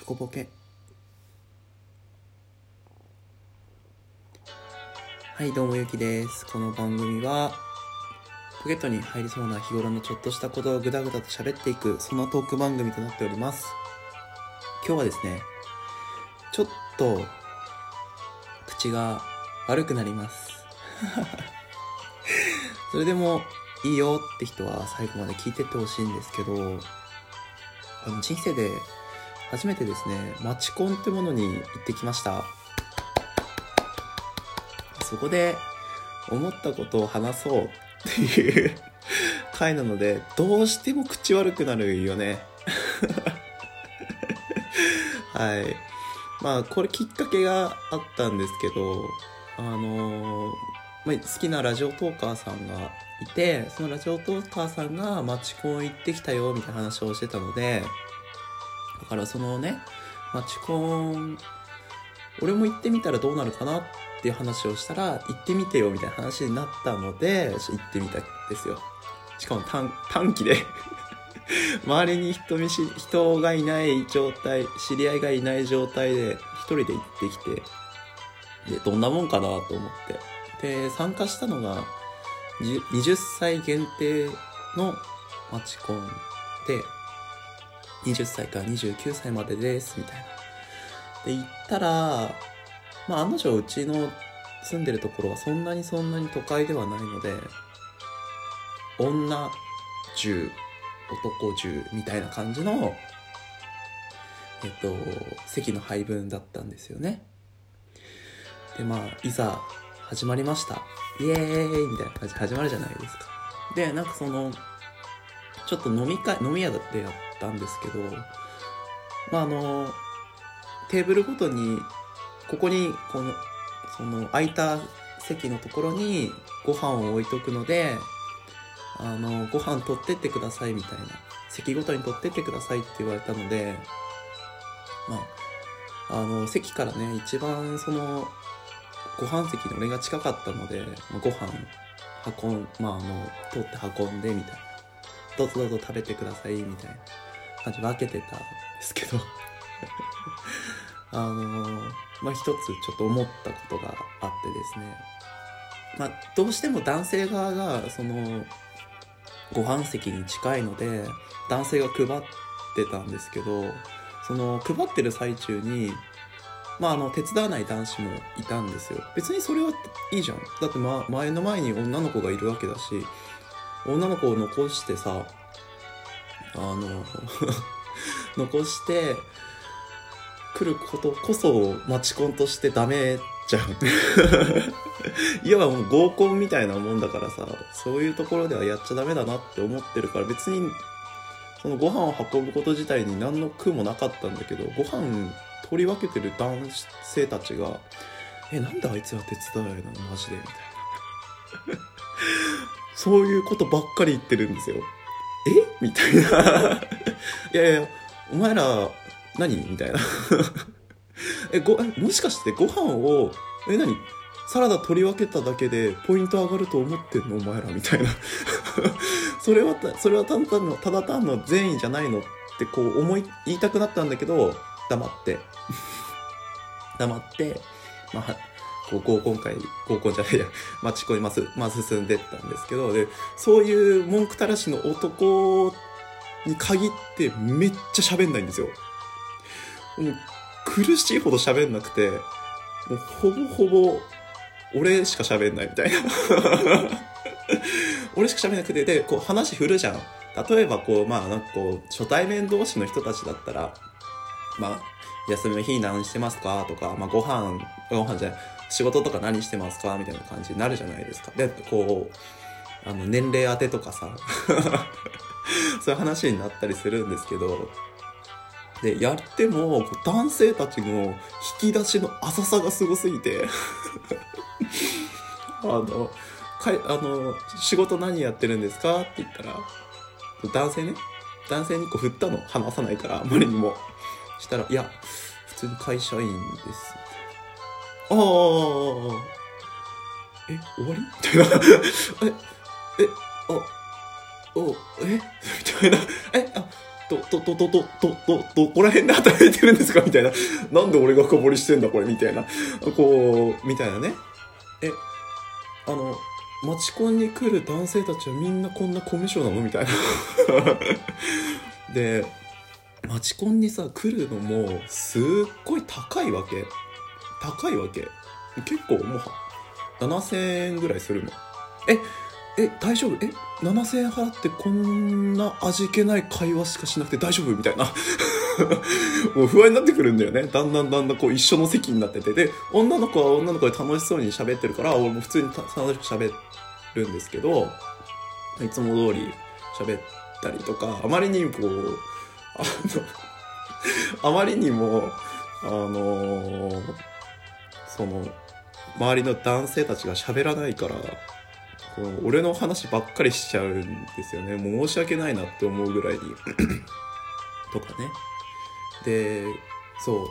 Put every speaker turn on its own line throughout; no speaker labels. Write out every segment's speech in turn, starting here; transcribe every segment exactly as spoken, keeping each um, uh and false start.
チョコポケ。はいどうもゆきです。この番組はポケットに入りそうな日頃のちょっとしたことをぐだぐだと喋っていく、そのトーク番組となっております。今日はですね、ちょっと口が悪くなりますそれでもいいよって人は最後まで聞いてってほしいんですけど、あの人生で初めてですね、マチコンってものに行ってきました。そこで思ったことを話そうっていう回なので、どうしても口悪くなるよねはい。まあこれきっかけがあったんですけど、あのーまあ、好きなラジオトーカーさんがいて、そのラジオトーカーさんがマチコン行ってきたよみたいな話をしてたので、だからそのね、マチコン俺も行ってみたらどうなるかなっていう話をしたら、行ってみてよみたいな話になったので行ってみたんですよ。しかも 短, 短期で周りに人見し人がいない状態、知り合いがいない状態で一人で行ってきて、でどんなもんかなと思って、で参加したのがはたち限定のマチコンで、はたちからにじゅうきゅうさいまでですみたいなで行ったら、まあ案の定うちの住んでるところはそんなにそんなに都会ではないので、女じゅう男じゅうみたいな感じのえっと席の配分だったんですよね。でまあいざ始まりました、イエーイみたいな感じで始まるじゃないですか。でなんかそのちょっと飲み会飲み屋でやったんですけど、まああのテーブルごとにここにこのその空いた席のところにご飯を置いとくので、あのご飯取ってってくださいみたいな、席ごとに取ってってくださいって言われたので、まああの席からね一番そのご飯席に俺が近かったので、まあ、ご飯運んまああの取って運んでみたいな、どうぞどうぞ食べてくださいみたいな感じで分けてたんですけどあのまあ一つちょっと思ったことがあってですね、まあどうしても男性側がそのご飯席に近いので男性が配ってたんですけど、その配ってる最中にまああの手伝わない男子もいたんですよ。別にそれはいいじゃん、だって、ま、前の前に女の子がいるわけだし、女の子を残してさ、あの残して来ることこそマチコンとしてダメじゃんいわばもう合コンみたいなもんだからさ、そういうところではやっちゃダメだなって思ってるから、別にそのご飯を運ぶこと自体に何の苦もなかったんだけど、ご飯取り分けてる男性たちがえなんであいつは手伝えないのマジでみたいなそういうことばっかり言ってるんですよ。えみたいないやいやお前ら何みたいなえごもしかしてご飯をえ何サラダ取り分けただけでポイント上がると思ってんのお前らみたいなそれはそれはただ単のただ単の善意じゃないのってこう思い言いたくなったんだけど、黙って黙ってまあこう合コン会合コンじゃないやマチコンにまず、まあ、進んでったんですけど、でそういう文句たらしの男に限ってめっちゃ喋んないんですよ。もう苦しいほど喋んなくて、もうほぼほぼ俺しか喋んないみたいな俺しか喋んなくて、でこう話振るじゃん。例えばこうまあなんかこう初対面同士の人たちだったら、まあ休みの日何してますかとか、まあご飯ご飯じゃない仕事とか何してますかみたいな感じになるじゃないですか。でこうあの年齢当てとかさそういう話になったりするんですけど、でやっても男性たちの引き出しの浅さがすごすぎてあのかいあの仕事何やってるんですかって言ったら、男性ね男性にこう振ったの、話さないからあまりにも。したらいや普通に会社員ですああえ終わりみたいなええあおえみたいなえあど、ど、ど、ど、ど、ど、ど、どこら辺で働いてるんですかみたいな。なんで俺が深掘りしてんだこれみたいな。こう、みたいなね。え、あの、マチコンに来る男性たちはみんなこんなコミュ障なのみたいな。で、マチコンにさ、来るのもすっごい高いわけ。高いわけ。結構もう、ななせんえんぐらいするの。え、え、大丈夫？え、ななせんえん払ってこんな味気ない会話しかしなくて大丈夫？みたいな。もう不安になってくるんだよね。だんだんだんだんこう一緒の席になってて。で、女の子は女の子で楽しそうに喋ってるから、俺も普通に楽しく喋るんですけど、いつも通り喋ったりとか、あまりにこう、あの、あまりにも、あのー、その、周りの男性たちが喋らないから、こう俺の話ばっかりしちゃうんですよね。もう申し訳ないなって思うぐらいに。とかね。で、そう。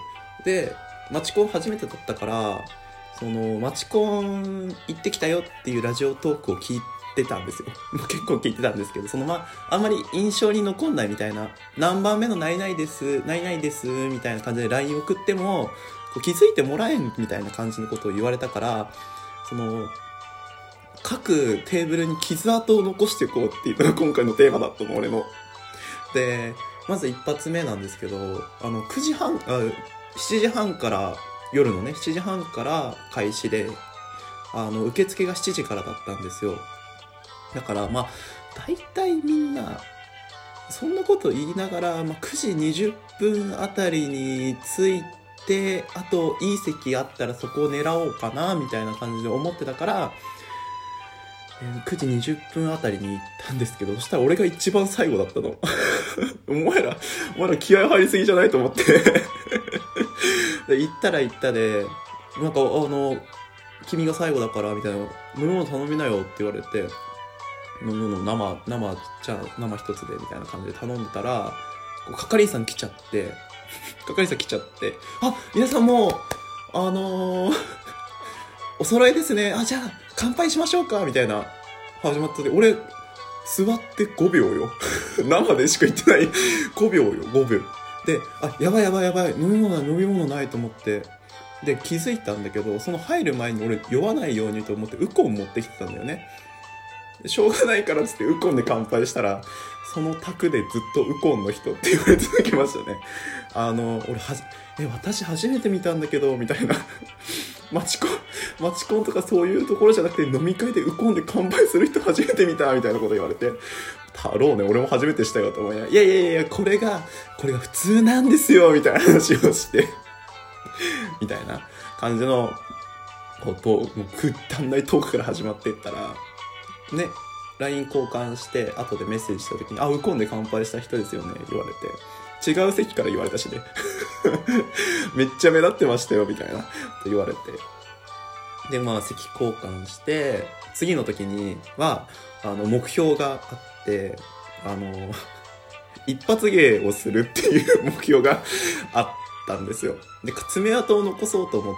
で、マチコン初めてだったから、その、マチコン行ってきたよっていうラジオトークを聞いてたんですよ。結構聞いてたんですけど、そのまあ、あんまり印象に残んないみたいな、何番目のないないです、ないないです、みたいな感じで ライン 送っても、こう気づいてもらえんみたいな感じのことを言われたから、その、各テーブルに傷跡を残していこうっていうのが今回のテーマだったの、俺の。で、まず一発目なんですけど、あの、くじはん、あ、しちじはんから、夜のね、しちじはんから開始で、あの、受付がしちじからだったんですよ。だから、まあ、大体みんな、そんなこと言いながら、まあ、くじにじゅっぷんあたりに着いて、あと、いい席あったらそこを狙おうかな、みたいな感じで思ってたから、くじにじゅっぷんあたりに行ったんですけど、そしたら俺が一番最後だったの。お前ら、お前ら気合入りすぎじゃないと思って。で行ったら行ったで、なんかあの、君が最後だからみたいな、飲み物頼みなよって言われて、飲み物生、生、じゃあ生一つでみたいな感じで頼んでたら、係員さん来ちゃって、係員さん来ちゃって、あ、皆さんもう、あのー、お揃いですね。あ、じゃあ、乾杯しましょうかみたいな、始まったで、俺、座ってごびょうよ。生でしか言ってないごびょうよ、ごびょう。で、あ、やばいやばいやばい、飲み物ない、飲み物ないと思って、で、気づいたんだけど、その入る前に俺、酔わないようにと思って、ウコン持ってきてたんだよね。しょうがないからっつってウコンで乾杯したら、その卓でずっとウコンの人って言われ続けましたね。あの、俺はじ、え、私初めて見たんだけど、みたいな。マチコン、マチコンとかそういうところじゃなくて飲み会でウコンで乾杯する人初めて見た、みたいなこと言われて、太郎ね、俺も初めてしたよと思いながら、いやいやいや、これが、これが普通なんですよ、みたいな話をして、みたいな感じの、こう、もうくったんないトークから始まっていったら、ね、ライン 交換して、後でメッセージした時に、あ、ウコンで乾杯した人ですよね、言われて。違う席から言われたしね。めっちゃ目立ってましたよ、みたいな。と言われて。で、まあ、席交換して、次の時には、あの、目標があって、あの、一発芸をするっていう目標があったんですよ。で、爪痕を残そうと思って、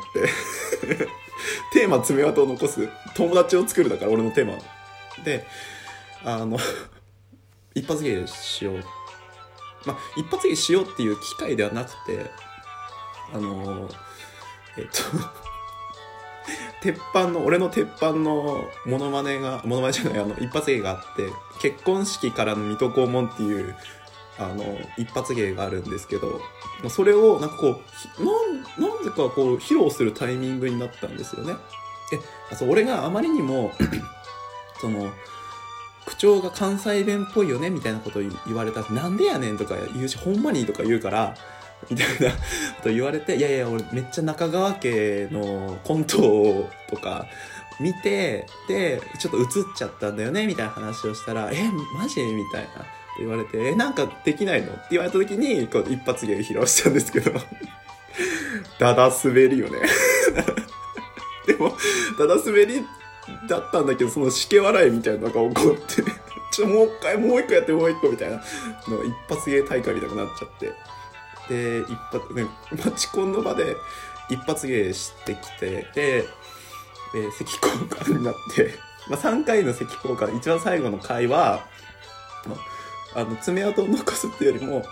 テーマ爪痕を残す。友達を作るだから、俺のテーマ。で、あの、一発芸しよう。まあ、一発芸しようっていう機会ではなくて、あの、えっと、鉄板の、俺の鉄板のモノマネが、モノマネじゃない、あの、一発芸があって、結婚式からの水戸黄門っていう、あの、一発芸があるんですけど、それを、なんかこう、なん、なんでかこう、披露するタイミングになったんですよね。え、そう、俺があまりにも、その、口調が関西弁っぽいよねみたいなことを言われたら、なんでやねんとか言うし、ほんまにとか言うから、みたいなこと言われて、いやいや、俺めっちゃ中川家のコントとか見て、で、ちょっと映っちゃったんだよねみたいな話をしたら、え、マジみたいな。って言われて、え、なんかできないのって言われた時に、こう一発芸披露したんですけど、ダダ滑りよね。でも、ダダ滑りだったんだけど、そのしけ笑いみたいなのが起こって、ちょ、もう一回、もう一個やってもう一個みたいなの一発芸大会みたいになっちゃって。で、一発、ね、マチコンの場で一発芸してきて、で、で席交換になって、まあ、さんかいの席交換、一番最後の回は、あの、爪痕を残すっていうよりも、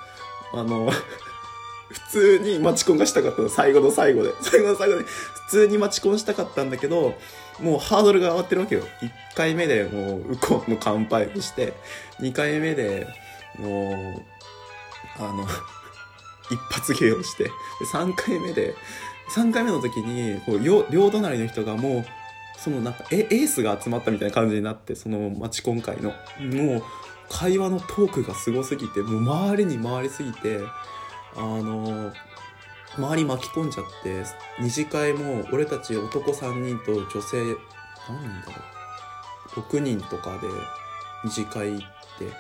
あの普通にマチコンがしたかったの、最後の最後で最後の最後で普通にマチコンしたかったんだけど、もうハードルが上がってるわけよ。いっかいめでもうウコンの乾杯をして、にかいめでもうあの一発芸をして、でさんかいめでさんかいめの時にこう両隣の人がもうそのなんかエースが集まったみたいな感じになって、そのマチコン会のもう会話のトークがすごすぎて、もう周りに回りすぎて、あの周り巻き込んじゃって、二次会も俺たち男さんにんと女性何人だろうろくにんとかで二次会行って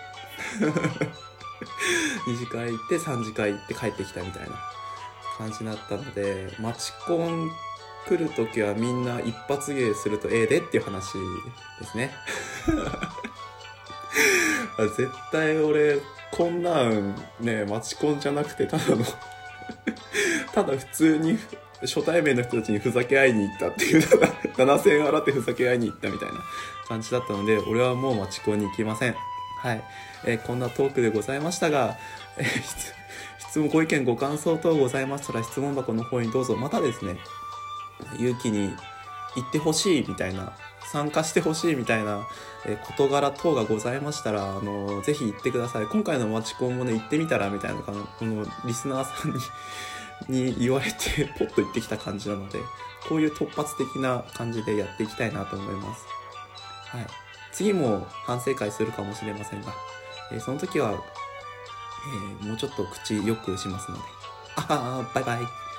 二次会行って三次会行って帰ってきたみたいな感じになったので、マチコン来るときはみんな一発芸するとええでっていう話ですね絶対俺こんなんね、マチコンじゃなくてただのただ普通に初対面の人たちにふざけ合いに行ったっていうななせんえん払ってふざけ合いに行ったみたいな感じだったので、俺はもうマチコンに行きません。はい、えー、こんなトークでございましたが、えー、質問ご意見ご感想等ございましたら質問箱の方にどうぞ。またですね、勇気に行ってほしいみたいな、参加してほしいみたいな、えー、事柄等がございましたら、あのー、ぜひ言ってください。今回のマチコンもね、行ってみたらみたいな、このリスナーさんにに言われてポッと言ってきた感じなので、こういう突発的な感じでやっていきたいなと思います。はい、次も反省会するかもしれませんが、えー、その時は、えー、もうちょっと口よくしますので、ああバイバイ。